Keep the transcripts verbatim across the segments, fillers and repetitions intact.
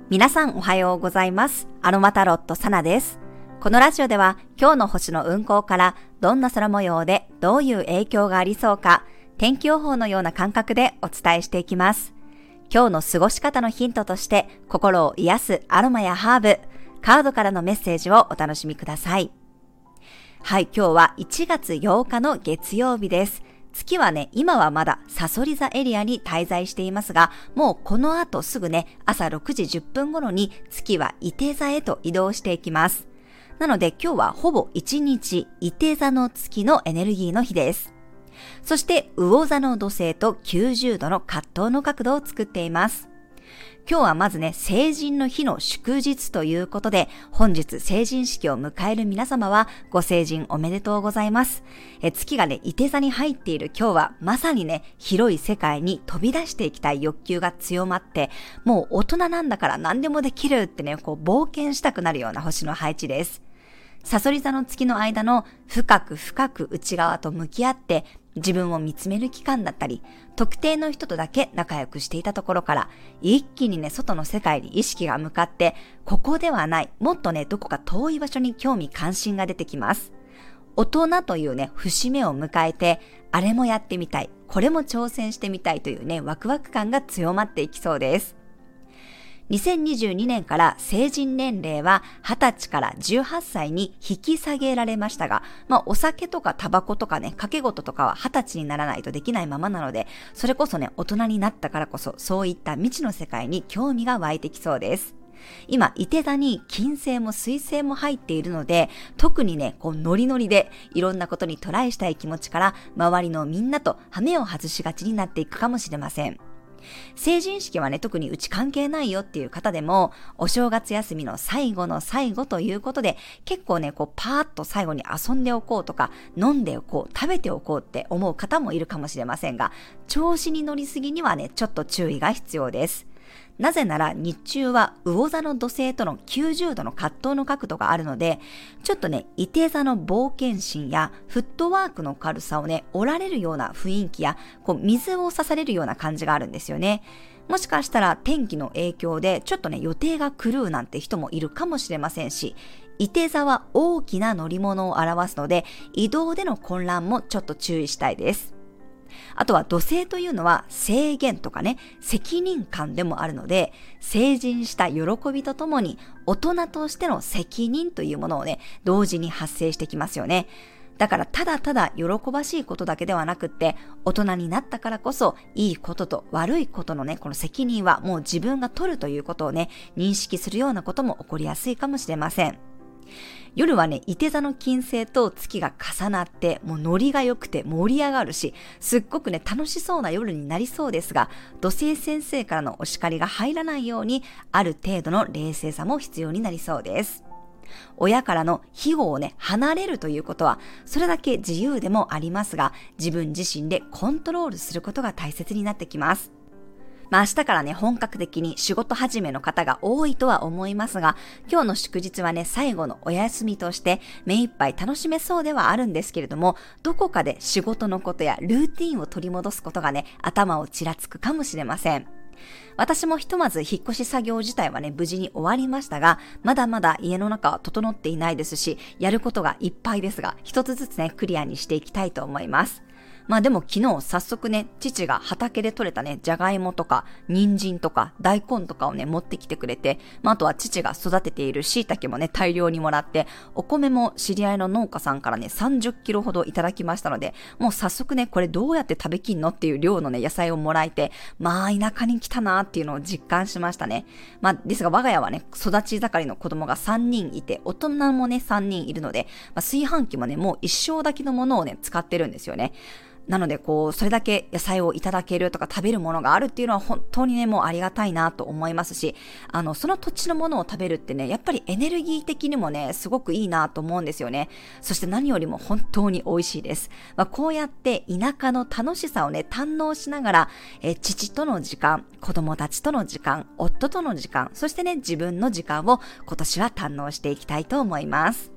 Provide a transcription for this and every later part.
皆さんおはようございます。アロマタロットサナです。このラジオでは今日の星の運行からどんな空模様でどういう影響がありそうか、天気予報のような感覚でお伝えしていきます。今日の過ごし方のヒントとして心を癒すアロマやハーブ、カードからのメッセージをお楽しみください。はい、今日はいちがつようかの月曜日です。月はね、今はまださそり座エリアに滞在していますが、もうこの後すぐね、朝ろくじじゅっぷん頃に月は射手座へと移動していきます。なので今日はほぼいちにち射手座の月のエネルギーの日です。そして魚座の土星ときゅうじゅうどの葛藤の角度を作っています。今日はまずね、成人の日の祝日ということで、本日成人式を迎える皆様はご成人おめでとうございます。え月がね、射手座に入っている今日はまさにね、広い世界に飛び出していきたい欲求が強まって、もう大人なんだから何でもできるってね、こう冒険したくなるような星の配置です。さそり座の月の間の深く深く内側と向き合って自分を見つめる期間だったり、特定の人とだけ仲良くしていたところから一気にね、外の世界に意識が向かって、ここではない、もっとね、どこか遠い場所に興味関心が出てきます。大人というね、節目を迎えて、あれもやってみたい、これも挑戦してみたいというね、ワクワク感が強まっていきそうです。にせんにじゅうにねんから成人年齢ははたちからじゅうはっさいに引き下げられましたが、まあお酒とかタバコとかね、賭け事とかははたちにならないとできないままなので、それこそね、大人になったからこそそういった未知の世界に興味が湧いてきそうです。今、射手座に金星も水星も入っているので、特にね、こうノリノリでいろんなことにトライしたい気持ちから周りのみんなと羽目を外しがちになっていくかもしれません。成人式はね、特にうち関係ないよっていう方でも、お正月休みの最後の最後ということで、結構ね、こうパーッと最後に遊んでおこうとか、飲んでおこう、食べておこうって思う方もいるかもしれませんが、調子に乗りすぎにはね、ちょっと注意が必要です。なぜなら日中は魚座の土星とのきゅうじゅうどの葛藤の角度があるので、ちょっとね、射手座の冒険心やフットワークの軽さをね、折られるような雰囲気や、こう水を刺されるような感じがあるんですよね。もしかしたら天気の影響でちょっとね、予定が狂うなんて人もいるかもしれませんし、射手座は大きな乗り物を表すので、移動での混乱もちょっと注意したいです。あとは土星というのは制限とかね、責任感でもあるので、成人した喜びとともに大人としての責任というものをね、同時に発生してきますよね。だからただただ喜ばしいことだけではなくって、大人になったからこそいいことと悪いことのね、この責任はもう自分が取るということをね、認識するようなことも起こりやすいかもしれません。夜はね、射手座の金星と月が重なって、もうノリが良くて盛り上がるし、すっごくね、楽しそうな夜になりそうですが、土星先生からのお叱りが入らないように、ある程度の冷静さも必要になりそうです。親からの庇護をね、離れるということは、それだけ自由でもありますが、自分自身でコントロールすることが大切になってきます。まあ明日からね、本格的に仕事始めの方が多いとは思いますが、今日の祝日はね、最後のお休みとして目いっぱい楽しめそうではあるんですけれども、どこかで仕事のことやルーティンを取り戻すことがね、頭をちらつくかもしれません。私もひとまず引っ越し作業自体はね、無事に終わりましたが、まだまだ家の中は整っていないですし、やることがいっぱいですが、一つずつね、クリアにしていきたいと思います。まあでも昨日早速ね、父が畑で採れたね、じゃがいもとか、人参とか、大根とかをね、持ってきてくれて、まああとは父が育てている椎茸もね、大量にもらって、お米も知り合いの農家さんからね、さんじゅっキロほどいただきましたので、もう早速ね、これどうやって食べきんのっていう量のね、野菜をもらえて、まあ田舎に来たなーっていうのを実感しましたね。まあですが我が家はね、育ち盛りの子供がさんにんいて、大人もね、さんにんいるので、まあ、炊飯器もね、もう一生炊きのものをね、使ってるんですよね。なのでこう、それだけ野菜をいただけるとか食べるものがあるっていうのは本当にね、もうありがたいなと思いますし、あの、その土地のものを食べるってね、やっぱりエネルギー的にもね、すごくいいなと思うんですよね。そして何よりも本当に美味しいです。まあ、こうやって田舎の楽しさをね、堪能しながら、え父との時間、子供たちとの時間、夫との時間、そしてね、自分の時間を今年は堪能していきたいと思います。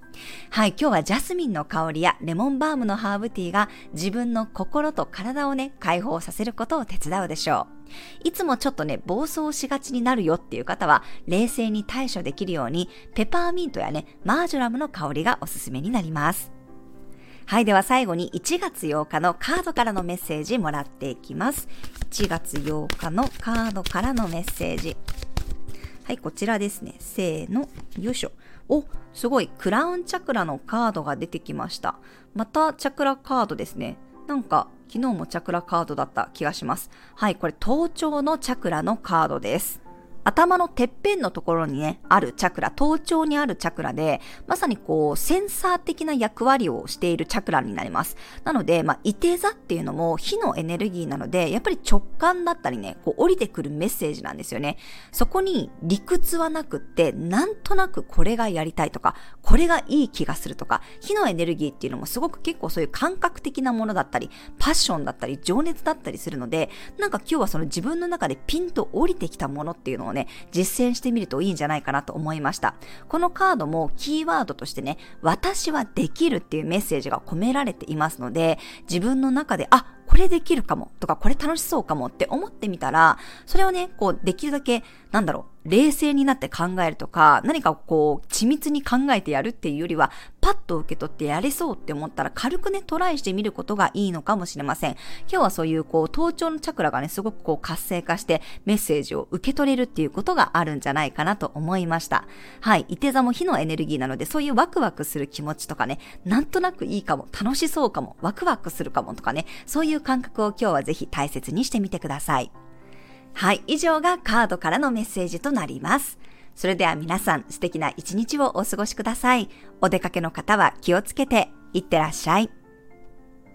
はい、今日はジャスミンの香りやレモンバームのハーブティーが自分の心と体をね、解放させることを手伝うでしょう。いつもちょっとね、暴走しがちになるよっていう方は、冷静に対処できるように、ペパーミントやね、マージョラムの香りがおすすめになります。はい、では最後にいちがつようかのカードからのメッセージもらっていきます。いちがつようかのカードからのメッセージ。はい、こちらですね。せーの、よいしょ。お、すごい、クラウンチャクラのカードが出てきました。またチャクラカードですね。なんか、昨日もチャクラカードだった気がします。はい、これ頭頂のチャクラのカードです。頭のてっぺんのところにね、あるチャクラ、頭頂にあるチャクラで、まさにこう、センサー的な役割をしているチャクラになります。なので、まあ、いて座っていうのも火のエネルギーなので、やっぱり直感だったりね、こう、降りてくるメッセージなんですよね。そこに理屈はなくって、なんとなくこれがやりたいとか、これがいい気がするとか、火のエネルギーっていうのもすごく結構そういう感覚的なものだったり、パッションだったり、情熱だったりするので、なんか今日はその自分の中でピンと降りてきたものっていうのをね、実践してみるといいんじゃないかなと思いました。このカードもキーワードとしてね、私はできるっていうメッセージが込められていますので、自分の中で、あ、これできるかもとか、これ楽しそうかもって思ってみたら、それをね、こう、できるだけ、なんだろう、冷静になって考えるとか、何かこう、緻密に考えてやるっていうよりは、パッと受け取ってやれそうって思ったら、軽くね、トライしてみることがいいのかもしれません。今日はそういう、こう、頭頂のチャクラがね、すごくこう、活性化して、メッセージを受け取れるっていうことがあるんじゃないかなと思いました。はい、いて座も火のエネルギーなので、そういうワクワクする気持ちとかね、なんとなくいいかも、楽しそうかも、ワクワクするかもとかね、そういう感覚を今日はぜひ大切にしてみてください。はい、以上がカードからのメッセージとなります。それでは皆さん、素敵な一日をお過ごしください。お出かけの方は気をつけていってらっしゃい。